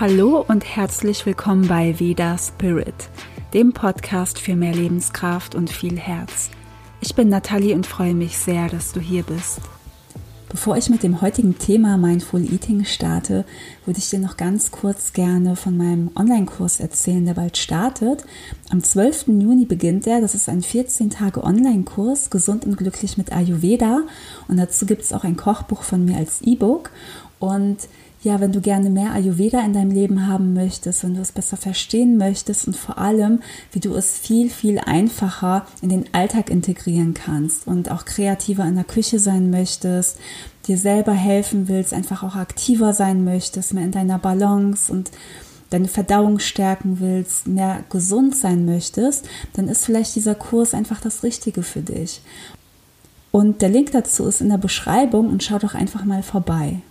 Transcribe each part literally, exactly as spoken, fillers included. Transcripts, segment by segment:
Hallo und herzlich willkommen bei Veda Spirit, dem Podcast für mehr Lebenskraft und viel Herz. Ich bin Nathalie und freue mich sehr, dass du hier bist. Bevor ich mit dem heutigen Thema Mindful Eating starte, würde ich dir noch ganz kurz gerne von meinem Online-Kurs erzählen, der bald startet. Am zwölften Juni beginnt er. Das ist ein vierzehn Tage Online-Kurs, gesund und glücklich mit Ayurveda. Und dazu gibt es auch ein Kochbuch von mir als E-Book. Und ja, wenn du gerne mehr Ayurveda in deinem Leben haben möchtest, wenn du es besser verstehen möchtest und vor allem, wie du es viel, viel einfacher in den Alltag integrieren kannst und auch kreativer in der Küche sein möchtest, dir selber helfen willst, einfach auch aktiver sein möchtest, mehr in deiner Balance und deine Verdauung stärken willst, mehr gesund sein möchtest, dann ist vielleicht dieser Kurs einfach das Richtige für dich. Und der Link dazu ist in der Beschreibung und schau doch einfach mal vorbei.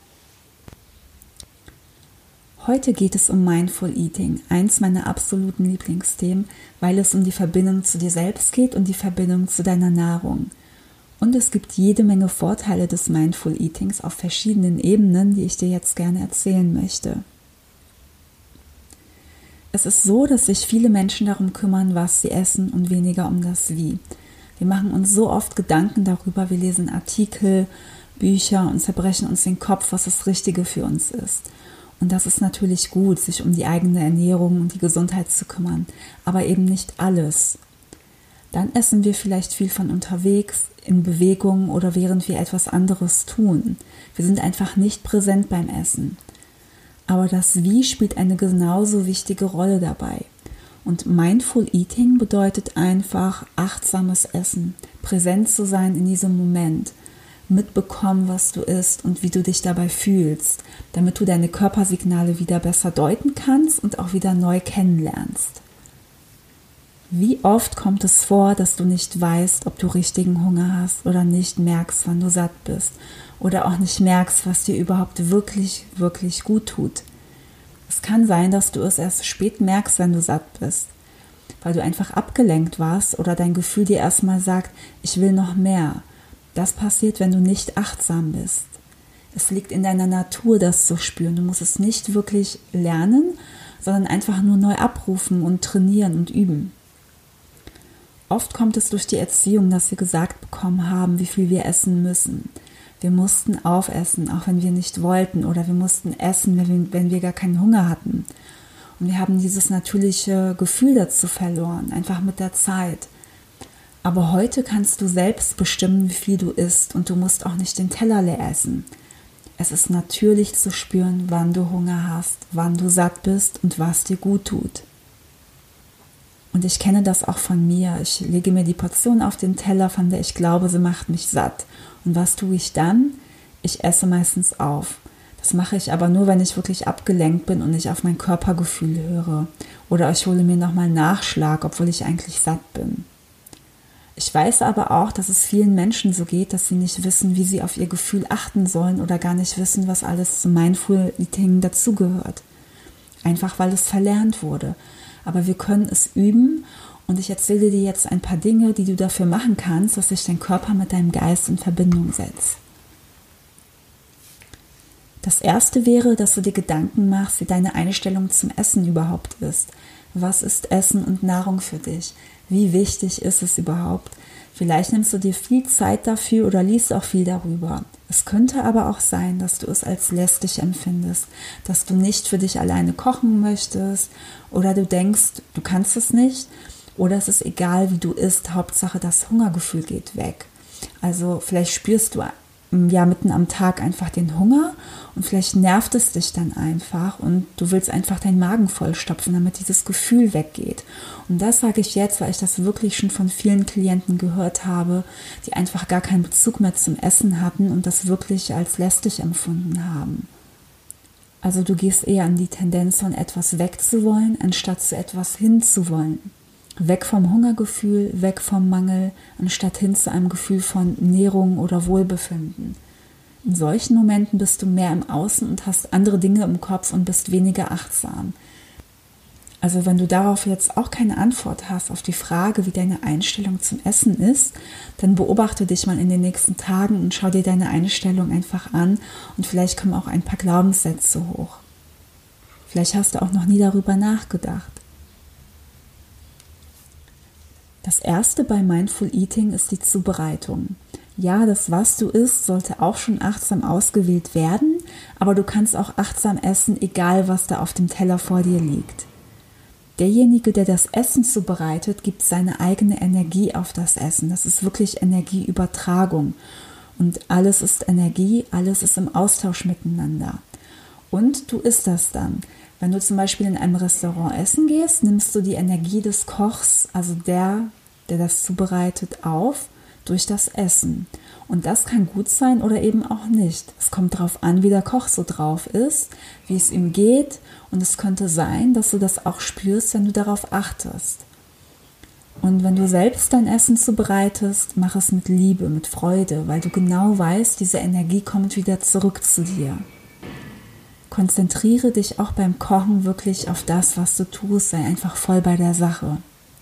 Heute geht es um Mindful Eating, eins meiner absoluten Lieblingsthemen, weil es um die Verbindung zu dir selbst geht und die Verbindung zu deiner Nahrung. Und es gibt jede Menge Vorteile des Mindful Eatings auf verschiedenen Ebenen, die ich dir jetzt gerne erzählen möchte. Es ist so, dass sich viele Menschen darum kümmern, was sie essen und weniger um das Wie. Wir machen uns so oft Gedanken darüber, wir lesen Artikel, Bücher und zerbrechen uns den Kopf, was das Richtige für uns ist. Und das ist natürlich gut, sich um die eigene Ernährung und die Gesundheit zu kümmern, aber eben nicht alles. Dann essen wir vielleicht viel von unterwegs, in Bewegung oder während wir etwas anderes tun. Wir sind einfach nicht präsent beim Essen. Aber das Wie spielt eine genauso wichtige Rolle dabei. Und Mindful Eating bedeutet einfach achtsames Essen, präsent zu sein in diesem Moment, mitbekommen, was du isst und wie du dich dabei fühlst, damit du deine Körpersignale wieder besser deuten kannst und auch wieder neu kennenlernst. Wie oft kommt es vor, dass du nicht weißt, ob du richtigen Hunger hast oder nicht merkst, wann du satt bist oder auch nicht merkst, was dir überhaupt wirklich, wirklich gut tut. Es kann sein, dass du es erst spät merkst, wenn du satt bist, weil du einfach abgelenkt warst oder dein Gefühl dir erstmal sagt, ich will noch mehr. Das passiert, wenn du nicht achtsam bist. Es liegt in deiner Natur, das zu spüren. Du musst es nicht wirklich lernen, sondern einfach nur neu abrufen und trainieren und üben. Oft kommt es durch die Erziehung, dass wir gesagt bekommen haben, wie viel wir essen müssen. Wir mussten aufessen, auch wenn wir nicht wollten, oder wir mussten essen, wenn wir, wenn wir gar keinen Hunger hatten. Und wir haben dieses natürliche Gefühl dazu verloren, einfach mit der Zeit. Aber heute kannst du selbst bestimmen, wie viel du isst und du musst auch nicht den Teller leer essen. Es ist natürlich zu spüren, wann du Hunger hast, wann du satt bist und was dir gut tut. Und ich kenne das auch von mir. Ich lege mir die Portion auf den Teller, von der ich glaube, sie macht mich satt. Und was tue ich dann? Ich esse meistens auf. Das mache ich aber nur, wenn ich wirklich abgelenkt bin und ich auf mein Körpergefühl höre. Oder ich hole mir nochmal Nachschlag, obwohl ich eigentlich satt bin. Ich weiß aber auch, dass es vielen Menschen so geht, dass sie nicht wissen, wie sie auf ihr Gefühl achten sollen oder gar nicht wissen, was alles zum Mindful Eating dazugehört. Einfach weil es verlernt wurde. Aber wir können es üben und ich erzähle dir jetzt ein paar Dinge, die du dafür machen kannst, dass sich dein Körper mit deinem Geist in Verbindung setzt. Das erste wäre, dass du dir Gedanken machst, wie deine Einstellung zum Essen überhaupt ist. Was ist Essen und Nahrung für dich? Wie wichtig ist es überhaupt? Vielleicht nimmst du dir viel Zeit dafür oder liest auch viel darüber. Es könnte aber auch sein, dass du es als lästig empfindest, dass du nicht für dich alleine kochen möchtest oder du denkst, du kannst es nicht oder es ist egal, wie du isst, Hauptsache das Hungergefühl geht weg. Also vielleicht spürst du ja mitten am Tag einfach den Hunger und vielleicht nervt es dich dann einfach und du willst einfach deinen Magen vollstopfen, damit dieses Gefühl weggeht. Und das sage ich jetzt, weil ich das wirklich schon von vielen Klienten gehört habe, die einfach gar keinen Bezug mehr zum Essen hatten und das wirklich als lästig empfunden haben. Also du gehst eher an die Tendenz von etwas wegzuwollen, anstatt zu etwas hinzuwollen. Weg vom Hungergefühl, weg vom Mangel, anstatt hin zu einem Gefühl von Nährung oder Wohlbefinden. In solchen Momenten bist du mehr im Außen und hast andere Dinge im Kopf und bist weniger achtsam. Also wenn du darauf jetzt auch keine Antwort hast, auf die Frage, wie deine Einstellung zum Essen ist, dann beobachte dich mal in den nächsten Tagen und schau dir deine Einstellung einfach an und vielleicht kommen auch ein paar Glaubenssätze hoch. Vielleicht hast du auch noch nie darüber nachgedacht. Das erste bei Mindful Eating ist die Zubereitung. Ja, das, was du isst, sollte auch schon achtsam ausgewählt werden, aber du kannst auch achtsam essen, egal was da auf dem Teller vor dir liegt. Derjenige, der das Essen zubereitet, gibt seine eigene Energie auf das Essen. Das ist wirklich Energieübertragung. Und alles ist Energie, alles ist im Austausch miteinander. Und du isst das dann. Wenn du zum Beispiel in einem Restaurant essen gehst, nimmst du die Energie des Kochs, also der, der das zubereitet, auf durch das Essen. Und das kann gut sein oder eben auch nicht. Es kommt darauf an, wie der Koch so drauf ist, wie es ihm geht. Und es könnte sein, dass du das auch spürst, wenn du darauf achtest. Und wenn du selbst dein Essen zubereitest, mach es mit Liebe, mit Freude, weil du genau weißt, diese Energie kommt wieder zurück zu dir. Konzentriere dich auch beim Kochen wirklich auf das, was du tust, sei einfach voll bei der Sache.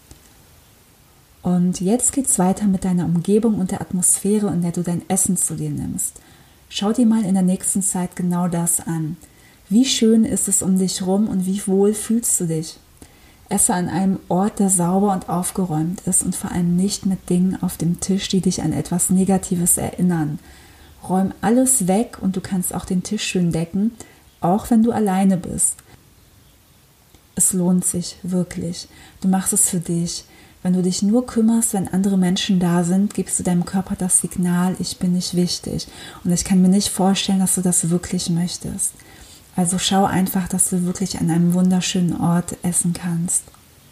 Und jetzt geht's weiter mit deiner Umgebung und der Atmosphäre, in der du dein Essen zu dir nimmst. Schau dir mal in der nächsten Zeit genau das an. Wie schön ist es um dich rum und wie wohl fühlst du dich? Esse an einem Ort, der sauber und aufgeräumt ist und vor allem nicht mit Dingen auf dem Tisch, die dich an etwas Negatives erinnern. Räum alles weg und du kannst auch den Tisch schön decken, auch wenn du alleine bist. Es lohnt sich wirklich. Du machst es für dich. Wenn du dich nur kümmerst, wenn andere Menschen da sind, gibst du deinem Körper das Signal, ich bin nicht wichtig. Und ich kann mir nicht vorstellen, dass du das wirklich möchtest. Also schau einfach, dass du wirklich an einem wunderschönen Ort essen kannst.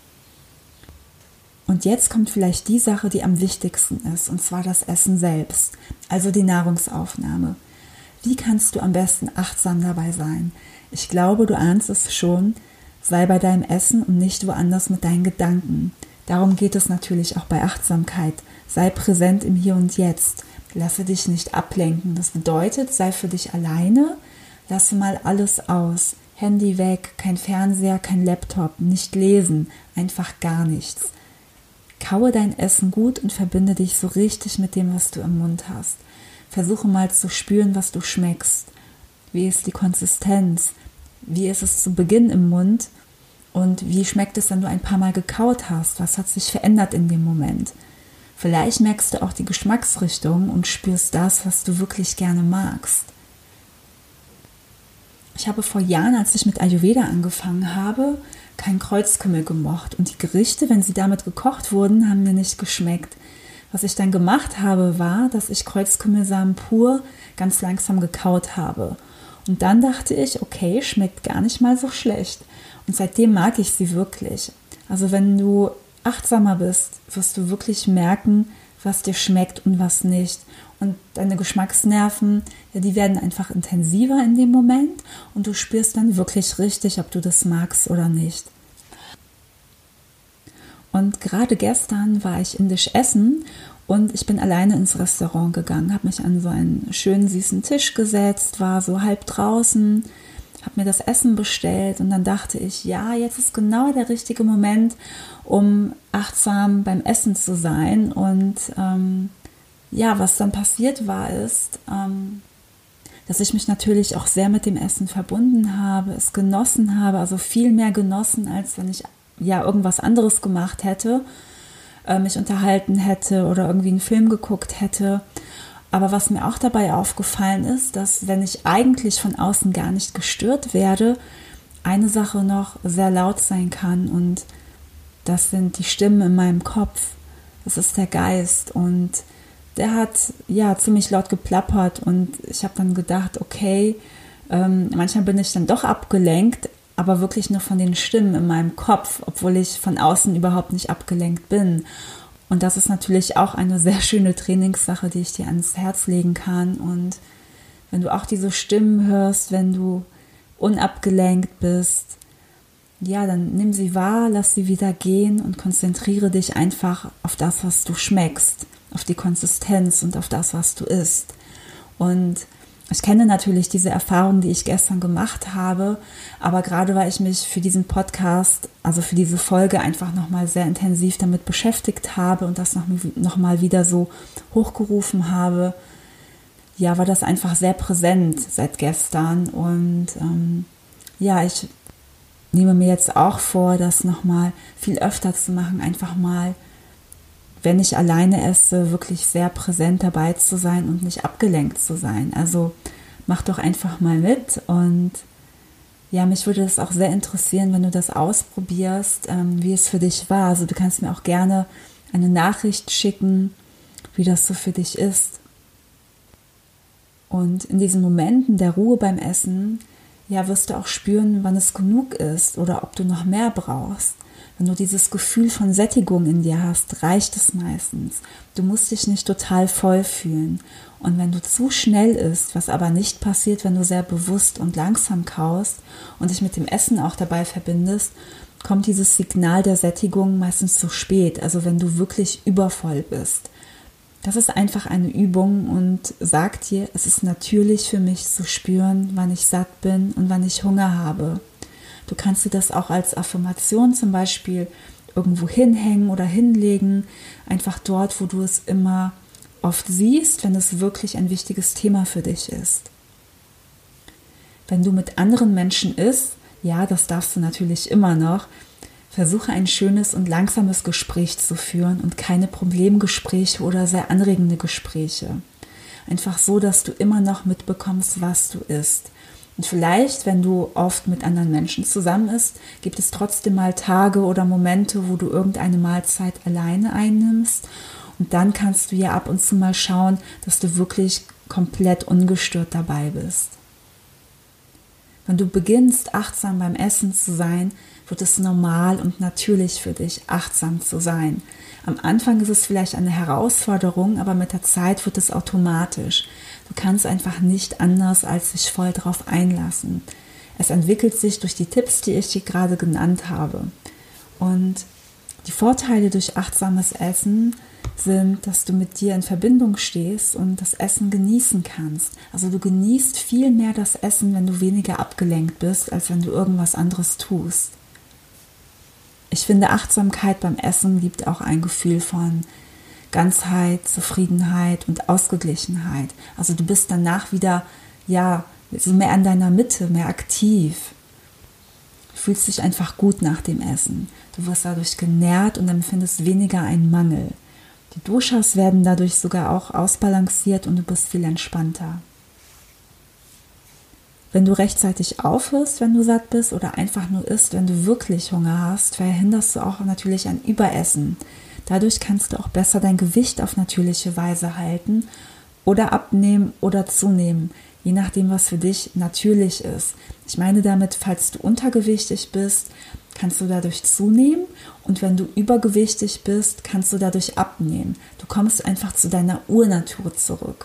Und jetzt kommt vielleicht die Sache, die am wichtigsten ist, und zwar das Essen selbst, also die Nahrungsaufnahme. Wie kannst du am besten achtsam dabei sein? Ich glaube, du ahnst es schon, sei bei deinem Essen und nicht woanders mit deinen Gedanken. Darum geht es natürlich auch bei Achtsamkeit. Sei präsent im Hier und Jetzt. Lasse dich nicht ablenken. Das bedeutet, sei für dich alleine. Lasse mal alles aus. Handy weg, kein Fernseher, kein Laptop, nicht lesen, einfach gar nichts. Kaue dein Essen gut und verbinde dich so richtig mit dem, was du im Mund hast. Versuche mal zu spüren, was du schmeckst. Wie ist die Konsistenz? Wie ist es zu Beginn im Mund? Und wie schmeckt es, wenn du ein paar Mal gekaut hast? Was hat sich verändert in dem Moment? Vielleicht merkst du auch die Geschmacksrichtung und spürst das, was du wirklich gerne magst. Ich habe vor Jahren, als ich mit Ayurveda angefangen habe, kein Kreuzkümmel gemocht. Und die Gerichte, wenn sie damit gekocht wurden, haben mir nicht geschmeckt. Was ich dann gemacht habe, war, dass ich Kreuzkümmelsamen pur ganz langsam gekaut habe. Und dann dachte ich, okay, schmeckt gar nicht mal so schlecht. Und seitdem mag ich sie wirklich. Also wenn du achtsamer bist, wirst du wirklich merken, was dir schmeckt und was nicht. Und deine Geschmacksnerven, ja, die werden einfach intensiver in dem Moment und du spürst dann wirklich richtig, ob du das magst oder nicht. Und gerade gestern war ich indisch essen und ich bin alleine ins Restaurant gegangen, habe mich an so einen schönen süßen Tisch gesetzt, war so halb draußen, habe mir das Essen bestellt und dann dachte ich, ja, jetzt ist genau der richtige Moment, um achtsam beim Essen zu sein. Und ähm, ja, was dann passiert war, ist, ähm, dass ich mich natürlich auch sehr mit dem Essen verbunden habe, es genossen habe, also viel mehr genossen, als wenn ich ja irgendwas anderes gemacht hätte, äh, mich unterhalten hätte oder irgendwie einen Film geguckt hätte. Aber was mir auch dabei aufgefallen ist, dass wenn ich eigentlich von außen gar nicht gestört werde, eine Sache noch sehr laut sein kann und das sind die Stimmen in meinem Kopf. Das ist der Geist und der hat ja ziemlich laut geplappert und ich habe dann gedacht, okay, ähm, manchmal bin ich dann doch abgelenkt, aber wirklich nur von den Stimmen in meinem Kopf, obwohl ich von außen überhaupt nicht abgelenkt bin. Und das ist natürlich auch eine sehr schöne Trainingssache, die ich dir ans Herz legen kann. Und wenn du auch diese Stimmen hörst, wenn du unabgelenkt bist, ja, dann nimm sie wahr, lass sie wieder gehen und konzentriere dich einfach auf das, was du schmeckst, auf die Konsistenz und auf das, was du isst. Und ich kenne natürlich diese Erfahrung, die ich gestern gemacht habe, aber gerade weil ich mich für diesen Podcast, also für diese Folge einfach nochmal sehr intensiv damit beschäftigt habe und das nochmal wieder so hochgerufen habe, ja, war das einfach sehr präsent seit gestern und ähm, ja, ich nehme mir jetzt auch vor, das nochmal viel öfter zu machen, einfach mal, wenn ich alleine esse, wirklich sehr präsent dabei zu sein und nicht abgelenkt zu sein. Also mach doch einfach mal mit und ja, mich würde das auch sehr interessieren, wenn du das ausprobierst, ähm, wie es für dich war. Also du kannst mir auch gerne eine Nachricht schicken, wie das so für dich ist. Und in diesen Momenten der Ruhe beim Essen, ja, wirst du auch spüren, wann es genug ist oder ob du noch mehr brauchst. Wenn du dieses Gefühl von Sättigung in dir hast, reicht es meistens. Du musst dich nicht total voll fühlen. Und wenn du zu schnell isst, was aber nicht passiert, wenn du sehr bewusst und langsam kaust und dich mit dem Essen auch dabei verbindest, kommt dieses Signal der Sättigung meistens zu spät, also wenn du wirklich übervoll bist. Das ist einfach eine Übung und sagt dir, es ist natürlich für mich zu spüren, wann ich satt bin und wann ich Hunger habe. Du kannst dir das auch als Affirmation zum Beispiel irgendwo hinhängen oder hinlegen, einfach dort, wo du es immer oft siehst, wenn es wirklich ein wichtiges Thema für dich ist. Wenn du mit anderen Menschen isst, ja, das darfst du natürlich immer noch, versuche ein schönes und langsames Gespräch zu führen und keine Problemgespräche oder sehr anregende Gespräche. Einfach so, dass du immer noch mitbekommst, was du isst. Und vielleicht, wenn du oft mit anderen Menschen zusammen isst, gibt es trotzdem mal Tage oder Momente, wo du irgendeine Mahlzeit alleine einnimmst. Und dann kannst du ja ab und zu mal schauen, dass du wirklich komplett ungestört dabei bist. Wenn du beginnst, achtsam beim Essen zu sein, wird es normal und natürlich für dich, achtsam zu sein. Am Anfang ist es vielleicht eine Herausforderung, aber mit der Zeit wird es automatisch. Du kannst einfach nicht anders, als sich voll drauf einlassen. Es entwickelt sich durch die Tipps, die ich dir gerade genannt habe. Und die Vorteile durch achtsames Essen sind, dass du mit dir in Verbindung stehst und das Essen genießen kannst. Also du genießt viel mehr das Essen, wenn du weniger abgelenkt bist, als wenn du irgendwas anderes tust. Ich finde, Achtsamkeit beim Essen gibt auch ein Gefühl von Ganzheit, Zufriedenheit und Ausgeglichenheit. Also du bist danach wieder, ja, so mehr an deiner Mitte, mehr aktiv. Du fühlst dich einfach gut nach dem Essen. Du wirst dadurch genährt und empfindest weniger einen Mangel. Die Doshas werden dadurch sogar auch ausbalanciert und du bist viel entspannter. Wenn du rechtzeitig aufhörst, wenn du satt bist oder einfach nur isst, wenn du wirklich Hunger hast, verhinderst du auch natürlich ein Überessen. Dadurch kannst du auch besser dein Gewicht auf natürliche Weise halten oder abnehmen oder zunehmen, je nachdem, was für dich natürlich ist. Ich meine damit, falls du untergewichtig bist, kannst du dadurch zunehmen und wenn du übergewichtig bist, kannst du dadurch abnehmen. Du kommst einfach zu deiner Urnatur zurück.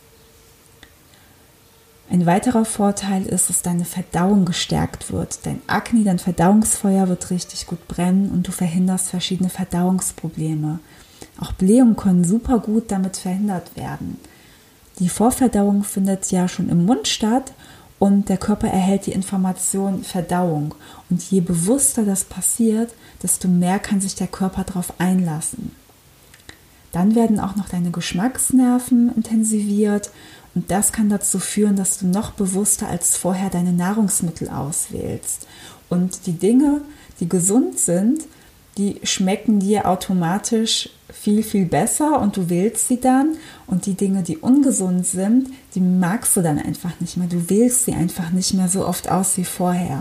Ein weiterer Vorteil ist, dass deine Verdauung gestärkt wird. Dein Akne, dein Verdauungsfeuer wird richtig gut brennen und du verhinderst verschiedene Verdauungsprobleme. Auch Blähungen können super gut damit verhindert werden. Die Vorverdauung findet ja schon im Mund statt und der Körper erhält die Information Verdauung. Und je bewusster das passiert, desto mehr kann sich der Körper darauf einlassen. Dann werden auch noch deine Geschmacksnerven intensiviert und das kann dazu führen, dass du noch bewusster als vorher deine Nahrungsmittel auswählst. Und die Dinge, die gesund sind, die schmecken dir automatisch viel, viel besser und du wählst sie dann. Und die Dinge, die ungesund sind, die magst du dann einfach nicht mehr. Du wählst sie einfach nicht mehr so oft aus wie vorher.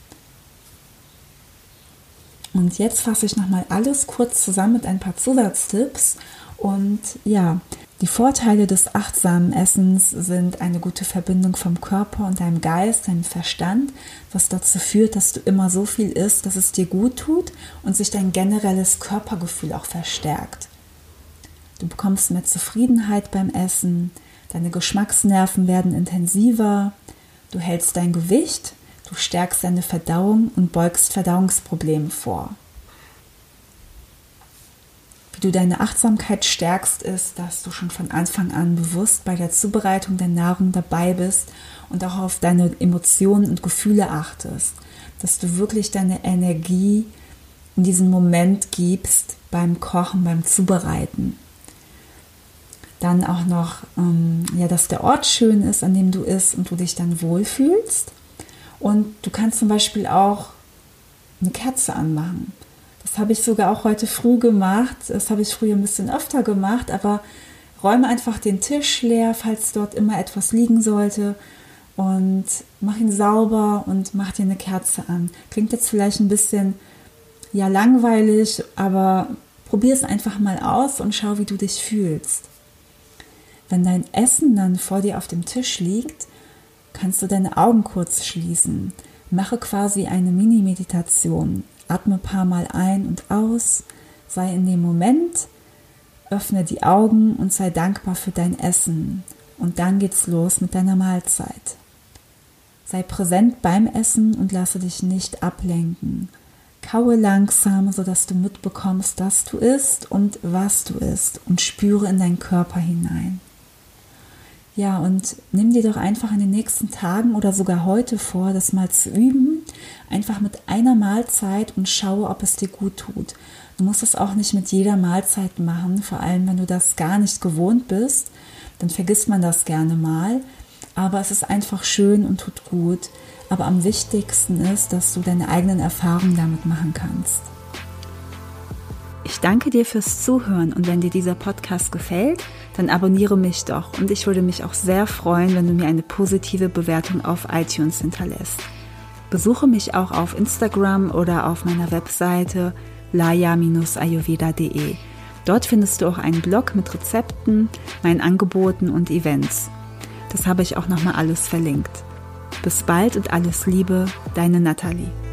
Und jetzt fasse ich nochmal alles kurz zusammen mit ein paar Zusatztipps. Und ja, die Vorteile des achtsamen Essens sind eine gute Verbindung vom Körper und deinem Geist, deinem Verstand, was dazu führt, dass du immer so viel isst, dass es dir gut tut und sich dein generelles Körpergefühl auch verstärkt. Du bekommst mehr Zufriedenheit beim Essen, deine Geschmacksnerven werden intensiver, du hältst dein Gewicht, du stärkst deine Verdauung und beugst Verdauungsproblemen vor. Wie du deine Achtsamkeit stärkst, ist, dass du schon von Anfang an bewusst bei der Zubereitung der Nahrung dabei bist und auch auf deine Emotionen und Gefühle achtest. Dass du wirklich deine Energie in diesen Moment gibst beim Kochen, beim Zubereiten. Dann auch noch, ähm, ja, dass der Ort schön ist, an dem du isst und du dich dann wohlfühlst. Und du kannst zum Beispiel auch eine Kerze anmachen. Das habe ich sogar auch heute früh gemacht. Das habe ich früher ein bisschen öfter gemacht, aber räume einfach den Tisch leer, falls dort immer etwas liegen sollte, und mach ihn sauber und mach dir eine Kerze an. Klingt jetzt vielleicht ein bisschen ja langweilig, aber probier es einfach mal aus und schau, wie du dich fühlst. Wenn dein Essen dann vor dir auf dem Tisch liegt, kannst du deine Augen kurz schließen. Mache quasi eine Mini-Meditation. Atme ein paar Mal ein und aus. Sei in dem Moment. Öffne die Augen und sei dankbar für dein Essen. Und dann geht's los mit deiner Mahlzeit. Sei präsent beim Essen und lasse dich nicht ablenken. Kaue langsam, sodass du mitbekommst, dass du isst und was du isst, und spüre in deinen Körper hinein. Ja, und nimm dir doch einfach in den nächsten Tagen oder sogar heute vor, das mal zu üben, einfach mit einer Mahlzeit, und schaue, ob es dir gut tut. Du musst es auch nicht mit jeder Mahlzeit machen, vor allem wenn du das gar nicht gewohnt bist, dann vergisst man das gerne mal, aber es ist einfach schön und tut gut. Aber am wichtigsten ist, dass du deine eigenen Erfahrungen damit machen kannst. Ich danke dir fürs Zuhören, und wenn dir dieser Podcast gefällt, dann abonniere mich doch, und ich würde mich auch sehr freuen, wenn du mir eine positive Bewertung auf iTunes hinterlässt. Besuche mich auch auf Instagram oder auf meiner Webseite laya Bindestrich ayurveda punkt de. Dort findest du auch einen Blog mit Rezepten, meinen Angeboten und Events. Das habe ich auch nochmal alles verlinkt. Bis bald und alles Liebe, deine Nathalie.